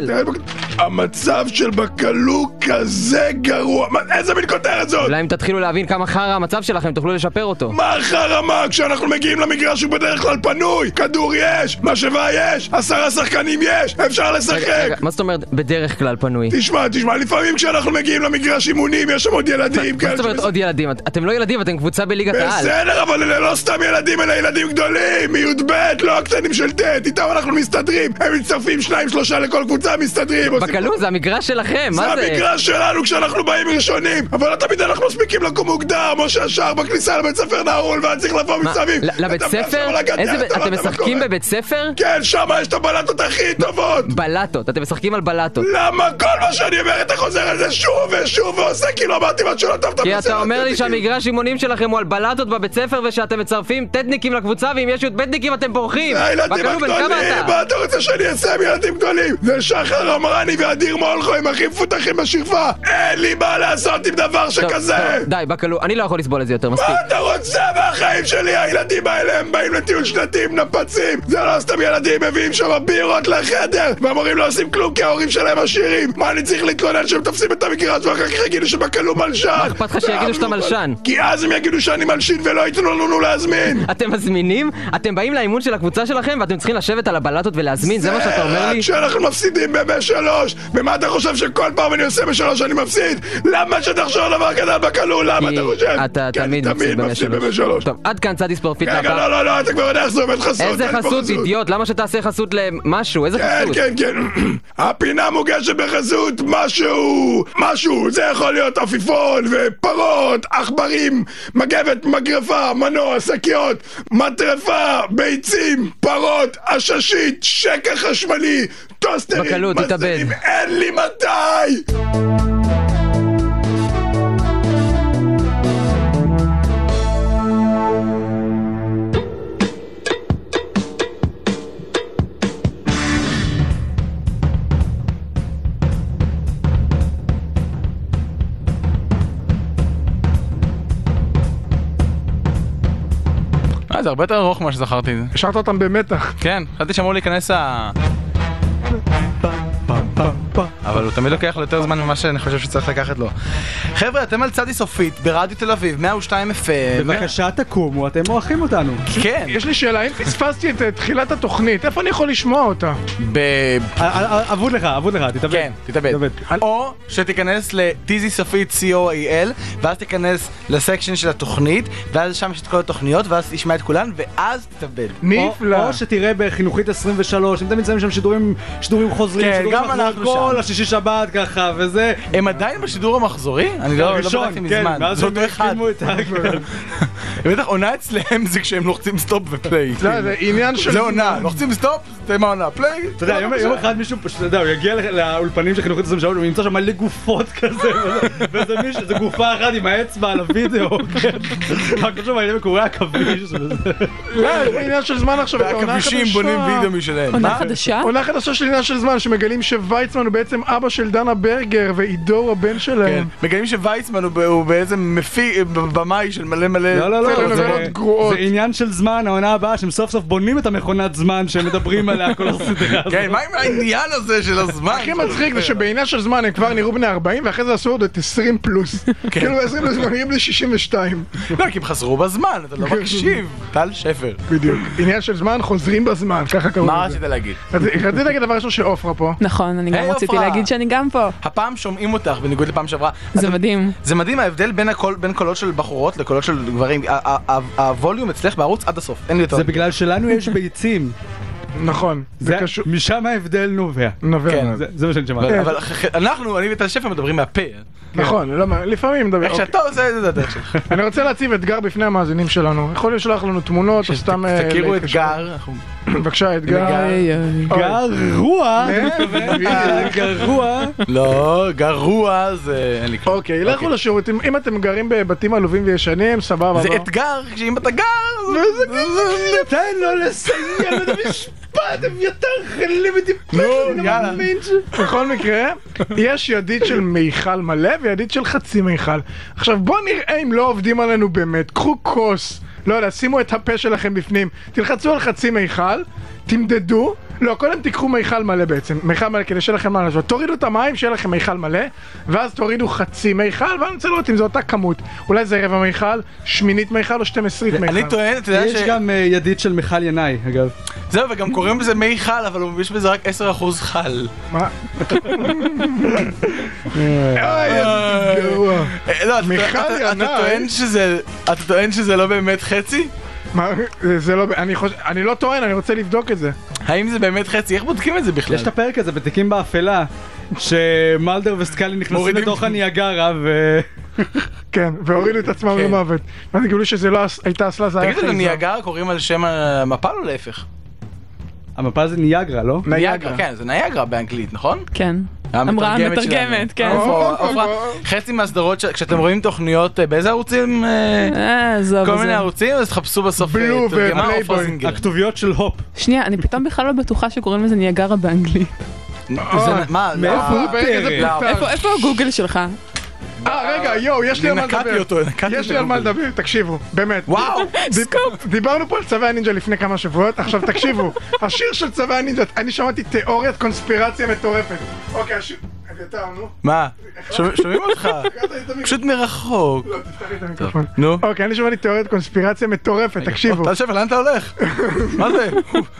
המצב של בקלו כזה גרוע. איזה מין כותרת זאת? אולי אם תתחילו להבין כמה חרא המצב שלכם, תוכלו לשפר אותו. מה חרא מה? כשאנחנו מגיעים למגרש הוא בדרך כלל פנוי. כדור יש, משאבה יש, 10 שחקנים יש, אפשר לשחק. רגע, מה זאת אומרת בדרך כלל פנוי? תשמע, לפעמים כשאנחנו מגיעים למגרש אימונים יש שם עוד ילדים. מה זאת אומרת עוד ילדים? אתם לא ילדים, אתם קבוצה בליגת העל. בסדר, אבל אלה לא סתם ילדים, אלא ילדים גדולים. מי"ב, לא הקטנים של ט', איתם אנחנו מסתדרים. הם מצטרפים 2-3 לכל קבוצה, מסתדרים. בקלו, זה המגרש שלכם, מה זה? זה המגרש שלנו כשאנחנו באים ראשונים, אבל לא תמיד אנחנו מספיקים לקום מוקדם, או שהשאר בכניסה לבית ספר נעול, ואני צריך לבוא מסביב. לבית ספר? אתם משחקים בבית ספר? כן, שם יש את הבלטות הכי טובות. בלטות, אתם משחקים על בלטות. למה כל מה שאני אומר אתה חוזר על זה שוב ושוב ועושה כאילו אמרתי מה שלא טוב. כי אתה אומר לי שהמגרש אימונים שלכם הוא על בלטות בבית ספר ושאתם מצרפים טדניקים לקבוצה ואם יש י"בניקים אתם בורחים. זה הילדים הגדולים, מה אתה רוצה שאני אעשה עם ילדים גדולים? זה שחר אמרני ואדיר מולכו הם הכי מפותחים בשכבה. אין לי מה לעשות עם דבר שכזה. די, בקלו, אני לא יכול לסבול את זה יותר, מספיק. מה אתה רוצה מהחיים שלי? הילדים האלה הם באים לטיול שנתיים נפצים. זה לא סתם ילדים, מביאים שם בירות לחדר והמורים לא עושים כלום כי ההורים שלהם עשירים. מה אני צריך להתלונן שהם תופסים את המגרש ואחר כך יגידו שבקלו מלשן? מה אכפת לך שיגידו שאתה מלשן? כי אז הם יגידו שאני מלשין ולא ייתנו לנו להזמין. אתם מזמינים? אתם באים לאימון של הקבוצה שלכם ואתם צריכים לשבת על הבלטות ולהזמין? זה מה שאתה אומר לי? כשאנחנו מפסידים ב-3 ומה אתה חושב שכל פעם אני עושה ב-3 אני מפסיד? למה שתחשוב דבר כזה בקלו? למה אתה חושב? אתה תמיד מפסיד ב-3. טוב, עד כאן צדי ספורט פיט. רגע, לא, אתה כבר יודע איך זה עובד חסות. איזה חסות, אידיוט? למה שתעשה חסות למשהו? איזה חסות? כן. הפינה מוגשת בחסות משהו. זה יכול להיות עפיפון ופרות, עכברים, מגבת, מגרפה, מנוע, שקיות, מטרפה, ביצים, פרות, עששית, שקע חשמלי, טוסטרים, מזלים, אין לי מתי! זה הרבה יותר ארוך ממה שזכרתי. השארת אותם במתח. כן, חשבתי שאמור להיכנס אבל הוא תמיד לוקח לו יותר זמן ממה שאני חושב שצריך לקחת לו. חבר'ה, אתם על צדי סופית, ברדיו תל אביב, 102 FM. בבקשה תקומו, אתם מועכים אותנו. כן. יש לי שאלה, אם פספסתי את תחילת התוכנית, איפה אני יכול לשמוע אותה? אבוד לך, תתאבד. כן, תתאבד. או שתיכנס ל-TZ סופית COAL, ואז תיכנס לסקשן של התוכנית, ואז שם יש את כל התוכניות, ואז תשמע את כולן, ואז תתאבד. נפלא. או שתראה בחינוכית 23, הם תמיד שמים שם שידורים חוזרים, שידורים כל השישי שבת ככה, וזה... הם עדיין בשידור המחזורי? אני לא בדקתי מזמן. ואז הם החתימו את בטח עונה אצלם זה כשהם לוחצים סטופ ופליי. זה עניין של... זה עונה, לוחצים סטופ, זה מה עונה, פליי. אתה יודע, יום אחד מישהו פשוט, אתה יודע, הוא יגיע לאולפנים של חינוכית 23, הוא ימצא שם מלא גופות כזה, וזה מישהו, זה גופה אחת עם האצבע על הוידאו, רק עכשיו אני מקורי עכביש. לא, זה עניין של זמן עכשיו, והעכבישים בונים וידאו משלהם. עונה חדשה? עונה חדשה של עניין של זמן, שמגלים שוויצמן הוא בעצם אבא של דנה ברגר, ועידו הוא הבן שלהם. מגלים שוויצמן הוא בעצם במאי של מלא לא, זה עניין של זמן, העונה הבאה, שהם סוף סוף בונים את המכונת זמן שהם מדברים עליה כל הסדרה הזאת. כן, מה עם העניין הזה של הזמן? הכי מצחיק זה שבעניין של זמן הם כבר נראו בני 40 ואחרי זה עשו עוד את 20 פלוס. כאילו ב-20 פלוס כבר נראים בני 62. לא, כי הם חזרו בזמן, אתה לא מקשיב. טל שפר. בדיוק. עניין של זמן חוזרים בזמן, ככה קראו לזה. מה רצית להגיד? רציתי להגיד דבר ראשון שאופרה פה. נכון, אני גם רציתי להגיד שאני גם פה. הפעם שומעים אותך בניגוד לפעם שעברה. זה מדהים. זה מדהים ההבדל בין קולות של בחורות לקולות של גברים. הווליום אצלך בערוץ עד הסוף. זה בגלל שלנו יש ביצים. נכון. משם ההבדל נובע. זה מה שאני שמע. אבל אנחנו, אני וטל שפר מדברים מהפה. נכון, לפעמים מדבר. איך שאתה עושה את זה הדרך שלך. אני רוצה להציב אתגר בפני המאזינים שלנו. יכול לשלוח לנו תמונות או סתם... תכירו אתגר. בבקשה, אתגר. גרוע. לא, גרוע זה... אוקיי, לכו לשירותים. אם אתם גרים בבתים עלובים וישנים, סבבה. זה אתגר, אם אתה גר... תן לו לסיים את המשפט, אביתר חלים את נו, יאללה. בכל מקרה, יש ידית של מיכל מלא וידית של חצי מיכל. עכשיו בואו נראה אם לא עובדים עלינו באמת. קחו כוס, לא יודע, שימו את הפה שלכם בפנים, תלחצו על חצי מיכל, תמדדו, לא, קודם תיקחו מיכל מלא בעצם, מיכל מלא כדי שיהיה לכם מה לעשות, תורידו את המים שיהיה לכם מיכל מלא, ואז תורידו חצי מיכל, ואני רוצה לראות אם זו אותה כמות, אולי זה רבע מיכל, שמינית מיכל או 12 מיכל. אני טוען, אתה יודע יש גם ידית של מיכל ינאי, אגב. זהו, וגם קוראים בזה מי חל, אבל יש בזה רק 10% חל. מה? איזה גרוע. מיכל ינאי. אתה טוען שזה לא באמת חצי? מה? זה לא... אני לא טוען, אני רוצה לבדוק את זה. האם זה באמת חצי? איך בודקים את זה בכלל? יש את הפרק הזה בתיקים באפלה, שמלדר וסקאלי נכנסים לתוך הניאגרה ו... כן, והורידו את עצמם למוות. ואז גילו שזה לא הייתה אסלה, זה היה חייזר. תגידו, לניאגרה קוראים על שם המפל או להפך? המפל זה ניאגרה, לא? ניאגרה, כן, זה ניאגרה באנגלית, נכון? כן. אמרה המתרגמת, כן. חצי מהסדרות, כשאתם רואים תוכניות, באיזה ערוצים? כל מיני ערוצים, אז תחפשו בסוף תרגמה או פרזינגר. הכתוביות של הופ. שנייה, אני פתאום בכלל לא בטוחה שקוראים לזה ניאגרה באנגלית. מה? איפה הגוגל שלך? רגע, יואו, יש לי על מה לדבר. יש לי על מה לדבר, תקשיבו, באמת. וואו, סקופ. דיברנו פה על צווי הנינג'ה לפני כמה שבועות, עכשיו תקשיבו, השיר של צווי הנינג'ה, אני שמעתי תיאוריית קונספירציה מטורפת. אוקיי, השיר... אביתר, נו. מה? שומעים אותך? פשוט מרחוק. לא, תפתח לי את המיקרופון. נו. אוקיי, אני שמעתי תיאוריית קונספירציה מטורפת, תקשיבו. טל שפר, לאן אתה הולך? מה זה?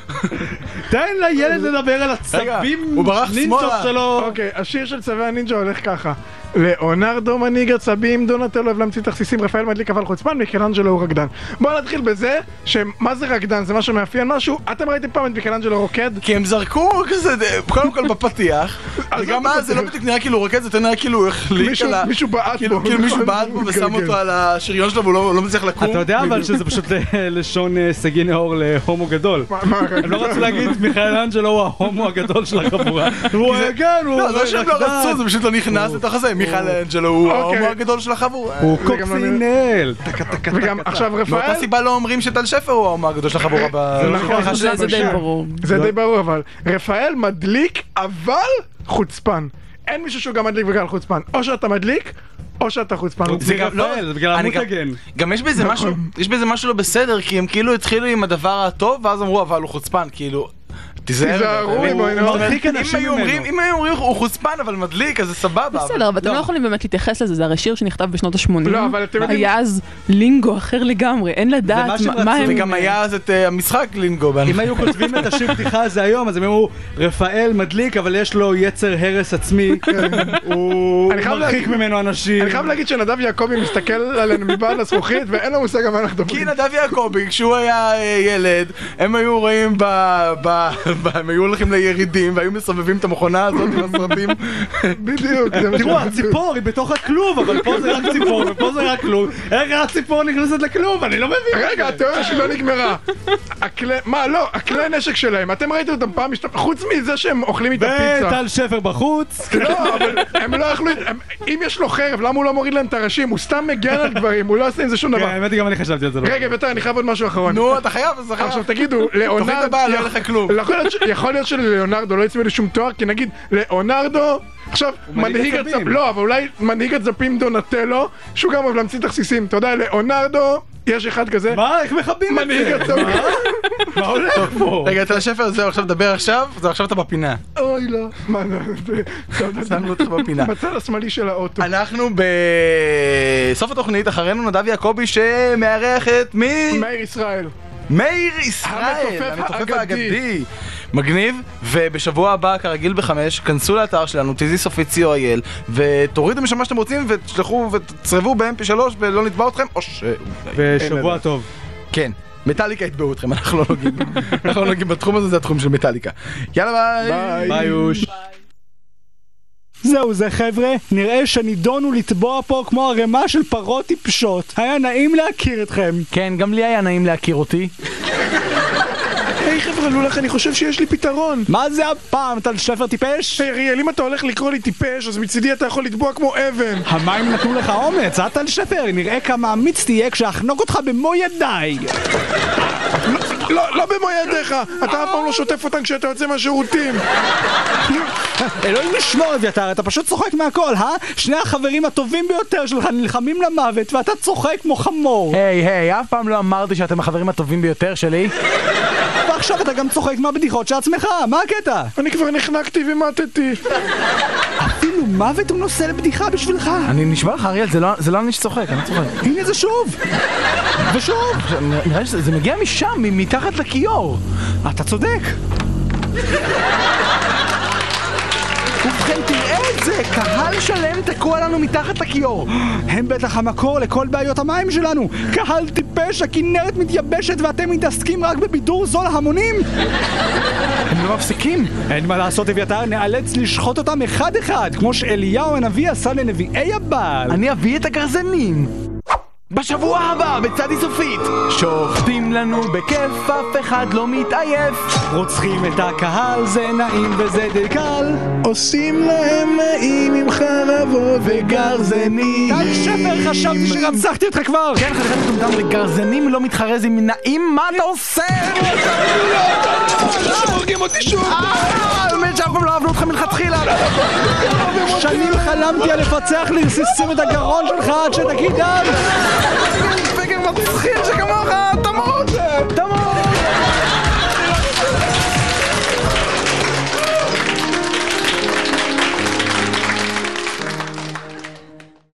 תן לילד לדבר על הצבים נינג'ות שלו. אוקיי, השיר של צווי הנינג'ה הולך ככה. לאונרדו מנהיג עצבים, דונטלו אוהב להמציא תכסיסים, רפאל מדליק אבל חוצפן, מיקלאנג'לו הוא רקדן. בואו נתחיל בזה, שמה זה רקדן? זה מה שמאפיין משהו? אתם ראיתם פעם את מיקלאנג'לו רוקד? כי הם זרקו כזה, קודם כל בפתיח, וגם אז זה לא בדיוק נראה כאילו הוא רוקד, זה נראה כאילו הוא החליק על ה... מישהו בעט בו. כאילו מישהו בעט בו ושם אותו על השריון שלו והוא לא מצליח לקום. אתה יודע אבל שזה פשוט לשון סגי נאור להומו גדול. הם לא רצו להגיד מיקלאנג'לו הוא ההומו הגדול של החבורה. הוא הגן, הוא לא, זה שהם לא רצו, זה פשוט לא נכנס לתוך הזה. מיקלאנג'לו הוא ההומו הגדול של החבורה. הוא קוקסינל. וגם עכשיו רפאל... מאותה סיבה לא אומרים שטל שפר הוא ההומו הגדול של החבורה. זה די ברור. זה די ברור אבל. רפאל מדליק אבל חוצפן. אין מישהו שהוא גם מדליק וגם חוצפן. או שאתה מדליק או שאתה חוצפן. זה רפאל, זה בגלל המותגן. גם יש בזה משהו לא בסדר, כי הם כאילו התחילו עם הדבר הטוב, ואז אמרו, אבל הוא חוצפן, כאילו... תיזהרו, אם היו אומרים הוא חוצפן אבל מדליק, אז זה סבבה. בסדר, אבל אתם לא יכולים באמת להתייחס לזה, זה הרי שיר שנכתב בשנות ה-80. לא, אבל אתם יודעים... היה אז לינגו אחר לגמרי, אין לדעת מה הם... וגם היה אז את המשחק לינגו. אם היו כותבים את השיר פתיחה הזה היום, אז הם אמרו, רפאל מדליק, אבל יש לו יצר הרס עצמי, הוא מרחיק ממנו אנשים. אני חייב להגיד שנדב יעקבי מסתכל עלינו מבעד לזכוכית, ואין לו מושג מה אנחנו כי נדב יעקבי, כשהוא היה ילד, הם היו רואים הם היו הולכים לירידים והיו מסובבים את המכונה הזאת עם הסרטים. בדיוק. תראו, הציפור היא בתוך הכלוב, אבל פה זה רק ציפור ופה זה רק כלוב. איך הציפור נכנסת לכלוב? אני לא מבין. רגע, התיאוריה שלא נגמרה. מה, לא, הכלי נשק שלהם, אתם ראיתם אותם פעם, חוץ מזה שהם אוכלים את הפיצה. וטל שפר בחוץ. לא, אבל הם לא אכלו, אם יש לו חרב, למה הוא לא מוריד להם את הראשים? הוא סתם מגן על דברים, הוא לא עושה עם זה שום דבר. כן, האמת היא גם אני חשבתי על זה. רגע, ביתר, אני חייב עוד משהו אחרון. נו, אתה חייב, אז עכשיו תגידו, יכול להיות שלאונרדו לא יצמא לי שום תואר, כי נגיד, לאונרדו, עכשיו, לא, אבל אולי מנהיג הצפים דונטלו, שהוא גם אוהב להמציא תכסיסים, אתה יודע, לאונרדו, יש אחד כזה. מה? איך מכבים את זה? מנהיג הצפים. מה הולך פה? רגע, תל השפר, זהו, עכשיו דבר עכשיו, עכשיו אתה בפינה. אוי, לא. מה, שמנו אותך בפינה. בצד השמאלי של האוטו. אנחנו בסוף התוכנית, אחרינו נדב יעקבי שמארח את מי? מאיר ישראל. מאיר ישראל, המתופף האגדי. מגניב, ובשבוע הבא, כרגיל ב5, כנסו לאתר שלנו, tizysofit.co.il, ותורידו משם מה שאתם רוצים, ותשלחו ותצרבו ב-mp3 ולא נתבע אתכם, או שאולי. ושבוע טוב. כן, מטליקה יתבעו אתכם, אנחנו לא נוגעים בתחום הזה, זה התחום של מטליקה. יאללה ביי. ביי יוש. זהו זה חבר'ה, נראה שנידונו לטבוע פה כמו הרמה של פרות טיפשות. היה נעים להכיר אתכם. כן, גם לי היה נעים להכיר אותי. היי חבר'ה, לולך, אני חושב שיש לי פתרון. מה זה הפעם? טל שפר טיפש? היי אריאל, אם אתה הולך לקרוא לי טיפש, אז מצידי אתה יכול לטבוע כמו אבן. המים נתנו לך אומץ, טל שפר, נראה כמה אמיץ תהיה כשאחנוק אותך במו ידיי. לא במו ידיך, אתה אף פעם לא שוטף אותן כשאתה יוצא מהשירותים. אלוהים לשמור אביתר, אתה פשוט צוחק מהכל, שני החברים הטובים ביותר שלך נלחמים למוות ואתה צוחק כמו חמור. היי, אף פעם לא אמרתי שאתם החברים הטובים ביותר שלי. ועכשיו אתה גם צוחק מהבדיחות של עצמך, מה הקטע? אני כבר נחנקתי ומתתי. אפילו מוות הוא נושא לבדיחה בשבילך. אני נשבע לך אריאל, זה לא אני שצוחק, אני צוחק. הנה זה שוב ושוב. נראה שזה מגיע משם, מתחת לכיור. אתה צודק. ובכן תראה את זה, קהל שלם תקוע לנו מתחת לכיור. הם בטח המקור לכל בעיות המים שלנו. קהל טיפש, הכנרת מתייבשת ואתם מתעסקים רק בבידור זול המונים. הם לא מפסיקים. אין מה לעשות אביתר, נאלץ לשחוט אותם אחד אחד, כמו שאליהו הנביא עשה לנביאי הבעל. אני אביא את הגרזנים. בשבוע הבא בצדי סופית שוחטים לנו בכיף, אף אחד לא מתעייף. רוצחים את הקהל, זה נעים וזה די קל. עושים להם נעים עם חרבות וגרזנים. טל שפר, חשבתי שרצחתי אותך כבר. כן, חשבתי אותם לגרזנים לא מתחרז עם נעים, מה אתה עושה? הורגים אותי שוב. באמת שאף פעם לא אהבנו אותך מלכתחילה. שנים חלמתי על לפצח לרסיסים את הגרון שלך עד שתגיד דם. פגר מצחיק